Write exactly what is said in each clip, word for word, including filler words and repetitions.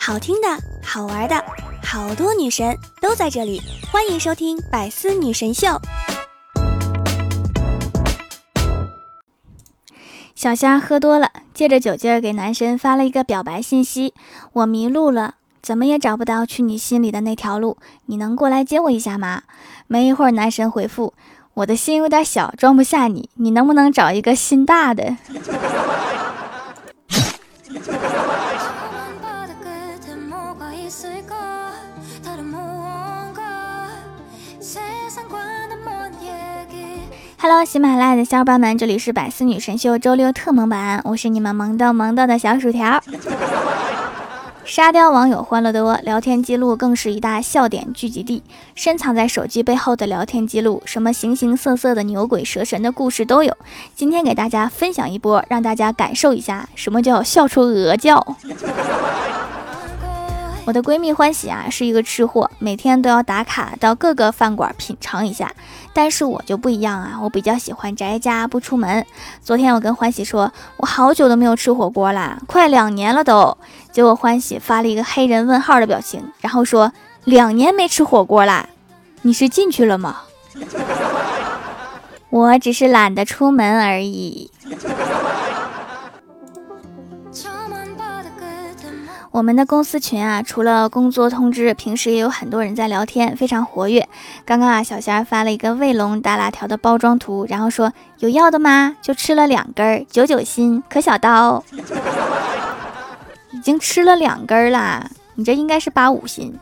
好听的，好玩的，好多女神都在这里，欢迎收听百思女神秀。小虾喝多了，借着酒劲儿给男神发了一个表白信息：我迷路了，怎么也找不到去你心里的那条路，你能过来接我一下吗？没一会儿，男神回复：我的心有点小，装不下你，你能不能找一个心大的？Hello， 喜马拉雅的小伙伴们，这里是百思女神秀周六特萌版，我是你们萌豆萌豆的小薯条。沙雕网友欢乐多，聊天记录更是一大笑点聚集地。深藏在手机背后的聊天记录，什么形形色色的牛鬼蛇神的故事都有。今天给大家分享一波，让大家感受一下什么叫笑出鹅叫。我的闺蜜欢喜啊，是一个吃货，每天都要打卡到各个饭馆品尝一下。但是我就不一样啊，我比较喜欢宅家不出门。昨天我跟欢喜说，我好久都没有吃火锅啦，快两年了都。结果欢喜发了一个黑人问号的表情，然后说两年没吃火锅啦，你是进去了吗？我只是懒得出门而已。我们的公司群啊，除了工作通知，平时也有很多人在聊天，非常活跃。刚刚啊，小仙儿发了一个卫龙大辣条的包装图，然后说有要的吗？就吃了两根，九九新，可小刀。已经吃了两根啦，你这应该是八五新。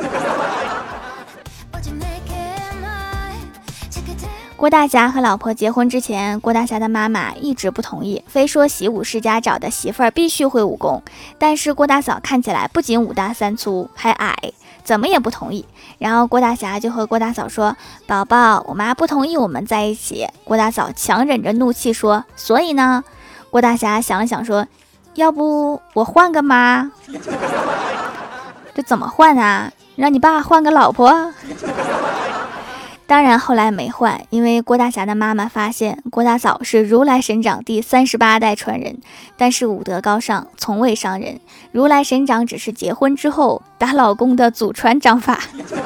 郭大侠和老婆结婚之前，郭大侠的妈妈一直不同意，非说习武世家找的媳妇儿必须会武功。但是郭大嫂看起来不仅五大三粗，还矮，怎么也不同意。然后郭大侠就和郭大嫂说：宝宝，我妈不同意我们在一起。郭大嫂强忍着怒气说：所以呢？郭大侠想了想说：要不我换个妈？这怎么换啊？让你爸换个老婆？当然后来没换，因为郭大侠的妈妈发现郭大嫂是如来神掌第三十八代传人，但是武德高尚，从未伤人。如来神掌只是结婚之后打老公的祖传掌法。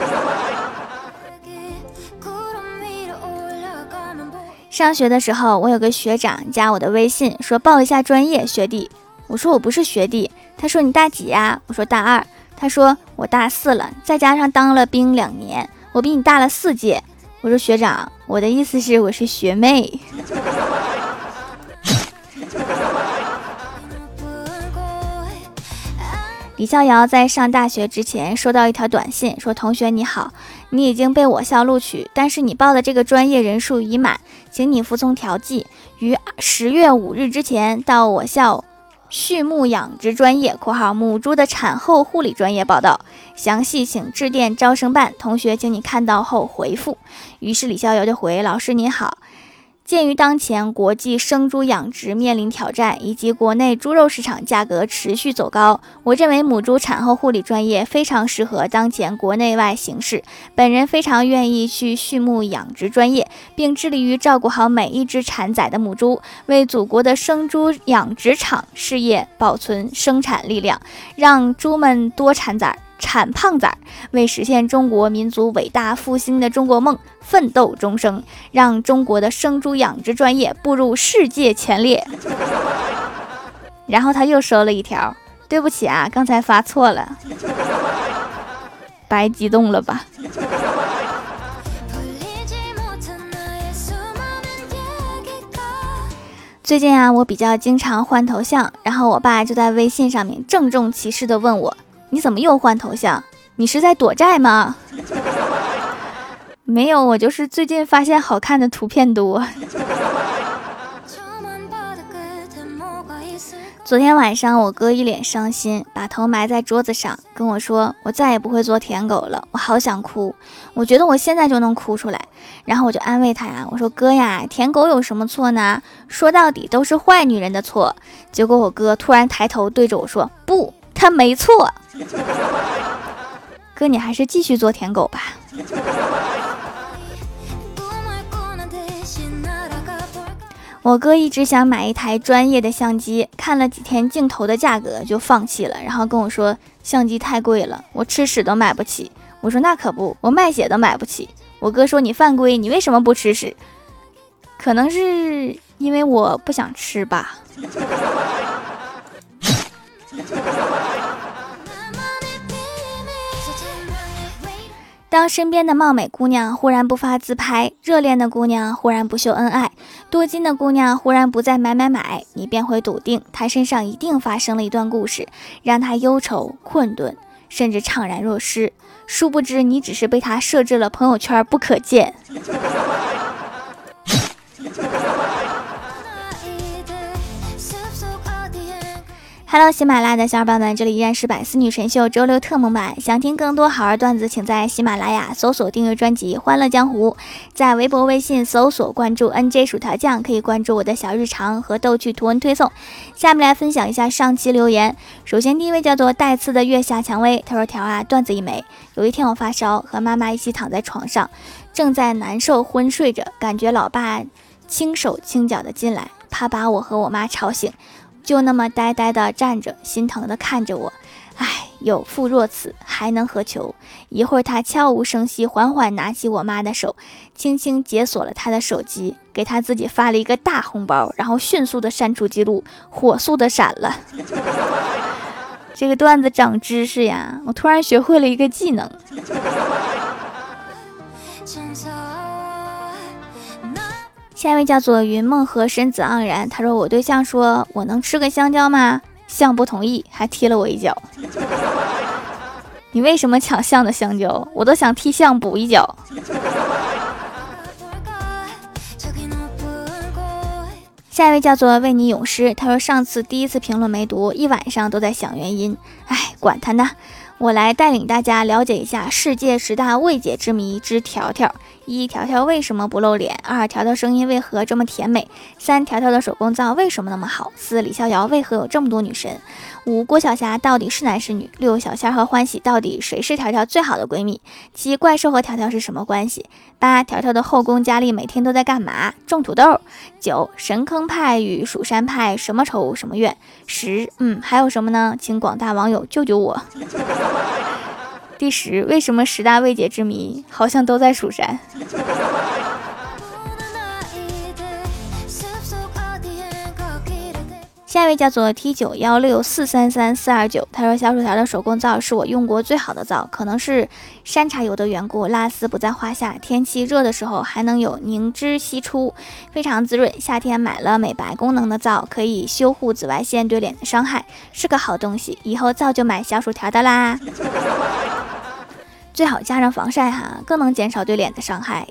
上学的时候，我有个学长加我的微信，说报一下专业学弟。我说我不是学弟。他说你大几呀？我说大二。他说我大四了，再加上当了兵两年，我比你大了四届。我说学长，我的意思是我是学妹。李逍遥在上大学之前收到一条短信，说同学你好，你已经被我校录取，但是你报的这个专业人数已满，请你服从调剂，于十月五日之前到我校畜牧养殖专业（括号母猪的产后护理专业）报道，详细请致电招生办，同学请你看到后回复。于是李逍遥就回：老师您好，鉴于当前国际生猪养殖面临挑战，以及国内猪肉市场价格持续走高，我认为母猪产后护理专业非常适合当前国内外形势。本人非常愿意去畜牧养殖专业，并致力于照顾好每一只产崽的母猪，为祖国的生猪养殖场事业保存生产力量，让猪们多产崽，产胖崽，为实现中国民族伟大复兴的中国梦奋斗终生，让中国的生猪养殖专业步入世界前列。然后他又收了一条：对不起啊，刚才发错了。白激动了吧。最近啊，我比较经常换头像，然后我爸就在微信上面郑重其事地问我：你怎么又换头像？你是在躲债吗？没有，我就是最近发现好看的图片多。昨天晚上我哥一脸伤心，把头埋在桌子上，跟我说我再也不会做舔狗了，我好想哭，我觉得我现在就能哭出来。然后我就安慰他呀，我说哥呀，舔狗有什么错呢？说到底都是坏女人的错。结果我哥突然抬头对着我说，不，他没错。哥，你还是继续做舔狗吧。我我哥一直想买一台专业的相机，看了几天镜头的价格就放弃了，然后跟我说相机太贵了，我吃屎都买不起。我说那可不，我卖血都买不起。我哥说你犯规，你为什么不吃屎？可能是因为我不想吃吧。当身边的貌美姑娘忽然不发自拍，热恋的姑娘忽然不秀恩爱，多金的姑娘忽然不再买买买，你便会笃定她身上一定发生了一段故事，让她忧愁困顿，甚至怅然若失。殊不知你只是被她设置了朋友圈不可见。Hello， 喜马拉雅的小伙伴们，这里依然是百思女神秀周六特蒙版。想听更多好玩段子，请在喜马拉雅搜索订阅专辑《欢乐江湖》，在微博、微信搜索关注 N J 薯条酱，可以关注我的小日常和逗趣图文推送。下面来分享一下上期留言。首先第一位叫做带刺的月下蔷薇，他说条啊，段子一枚。有一天我发烧，和妈妈一起躺在床上，正在难受昏睡着，感觉老爸轻手轻脚的进来，怕把我和我妈吵醒。就那么呆呆地站着，心疼地看着我。唉，有妇若此，还能何求？一会儿他悄无声息缓缓拿起我妈的手，轻轻解锁了她的手机，给她自己发了一个大红包，然后迅速地删除记录，火速地闪了。这个段子长知识呀，我突然学会了一个技能。下一位叫做云梦和身子盎然，他说我对象说我能吃个香蕉吗？象不同意，还踢了我一脚。你为什么抢象的香蕉？我都想替象补一脚。下一位叫做为你勇士，他说上次第一次评论没读，一晚上都在想原因。哎，管他呢，我来带领大家了解一下世界十大未解之谜之条条。一、条条为什么不露脸？二、条条声音为何这么甜美？三、条条的手工皂为什么那么好？四、李逍遥为何有这么多女神？五、郭晓霞到底是男是女？六、小仙和欢喜到底谁是条条最好的闺蜜？七、怪兽和条条是什么关系？八、条条的后宫佳丽每天都在干嘛？种土豆。九、神坑派与蜀山派什么仇什么怨？十、嗯，还有什么呢？请广大网友救救我。第十，为什么十大未解之谜好像都在蜀山？下一位叫做 T 九一六四三三四二九，他说小薯条的手工皂是我用过最好的皂，可能是山茶油的缘故，拉丝不在话下。天气热的时候还能有凝脂析出，非常滋润。夏天买了美白功能的皂，可以修护紫外线对脸的伤害，是个好东西。以后皂就买小薯条的啦。最好加上防晒哈，更能减少对脸的伤害。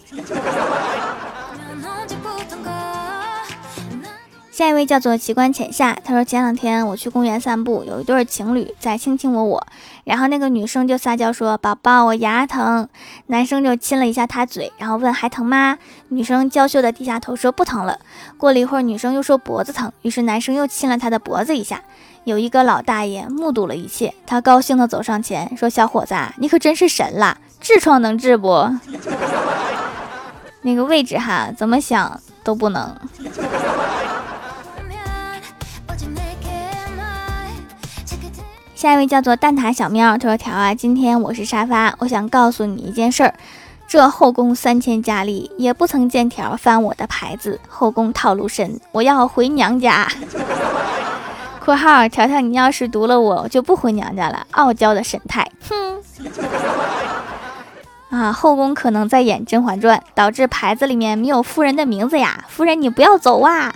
下一位叫做奇观浅夏，他说前两天我去公园散步，有一对情侣在卿卿我我，然后那个女生就撒娇说宝宝我牙疼，男生就亲了一下她嘴，然后问还疼吗？女生娇羞的低下头说不疼了。过了一会儿女生又说脖子疼，于是男生又亲了她的脖子一下。有一个老大爷目睹了一切，他高兴地走上前说小伙子你可真是神啦，痔疮能治不？那个位置哈怎么想都不能。下一位叫做蛋挞小喵，他说条啊，今天我是沙发，我想告诉你一件事儿，这后宫三千佳丽也不曾见条翻我的牌子，后宫套路深，我要回娘家。括号条条你要是读了我，我就不回娘家了，傲娇的神态，哼。啊，后宫可能在演《甄嬛传》，导致牌子里面没有夫人的名字呀，夫人你不要走啊。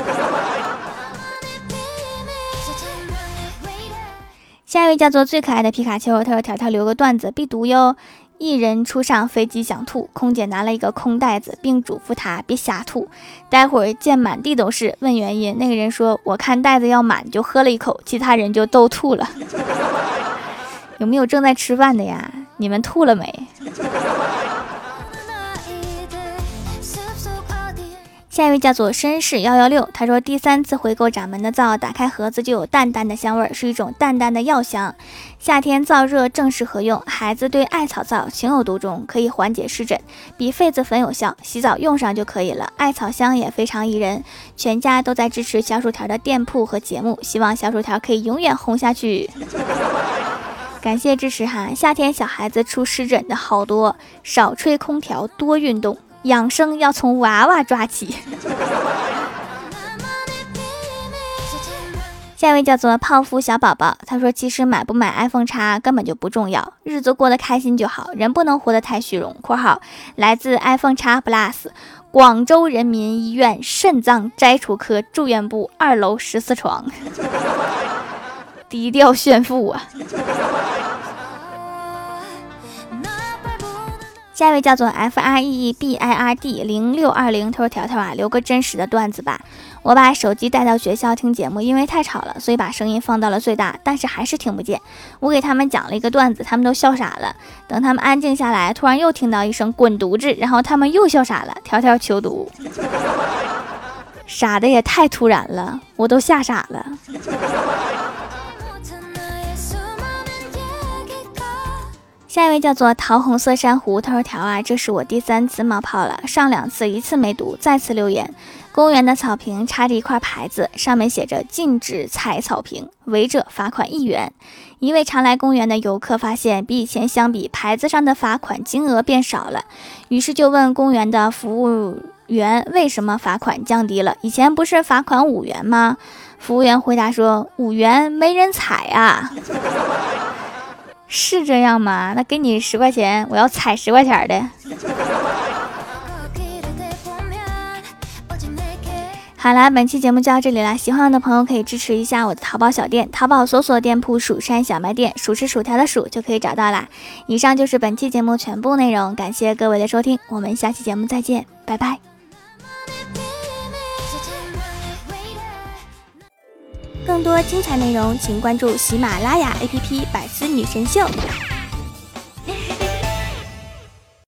下一位叫做最可爱的皮卡丘，他说条条留个段子必读哟。一人初上飞机想吐，空姐拿了一个空袋子，并嘱咐他别瞎吐。待会儿见满地都是，问原因，那个人说我看袋子要满就喝了一口，其他人就都吐了。有没有正在吃饭的呀？你们吐了没？ 下一位叫做绅士幺幺六，他说第三次回购掌门的皂，打开盒子就有淡淡的香味，是一种淡淡的药香，夏天燥热正适合用。孩子对艾草皂情有独钟，可以缓解湿疹，比痱子粉有效，洗澡用上就可以了。艾草香也非常宜人，全家都在支持小薯条的店铺和节目，希望小薯条可以永远红下去。感谢支持哈！夏天小孩子出湿疹的好多，少吹空调，多运动，养生要从娃娃抓起。下一位叫做泡芙小宝宝，他说其实买不买 iPhone X 根本就不重要，日子过得开心就好，人不能活得太虚荣。括号来自 iPhone X Plus 广州人民医院肾脏摘除科住院部二楼十四床。低调炫富啊！下一位叫做 F R E B I R D 零六二零，他说条条啊，留个真实的段子吧。我把手机带到学校听节目，因为太吵了，所以把声音放到了最大，但是还是听不见。我给他们讲了一个段子，他们都笑傻了。等他们安静下来，突然又听到一声滚犊子，然后他们又笑傻了。条条求读，傻的也太突然了，我都吓傻了。下一位叫做桃红色珊瑚，他说条啊，这是我第三次冒泡了，上两次一次没读，再次留言。公园的草坪插着一块牌子，上面写着禁止踩草坪，违者罚款一元。一位常来公园的游客发现比以前相比，牌子上的罚款金额变少了，于是就问公园的服务员为什么罚款降低了，以前不是罚款五元吗？服务员回答说五元没人踩啊。是这样吗？那给你十块钱，我要踩十块钱的。好啦，本期节目就到这里啦，喜欢我的朋友可以支持一下我的淘宝小店，淘宝搜索店铺蜀山小卖店，数是薯条的数就可以找到啦。以上就是本期节目全部内容，感谢各位的收听，我们下期节目再见，拜拜。更多精彩内容请关注喜马拉雅 A P P 百思女神秀。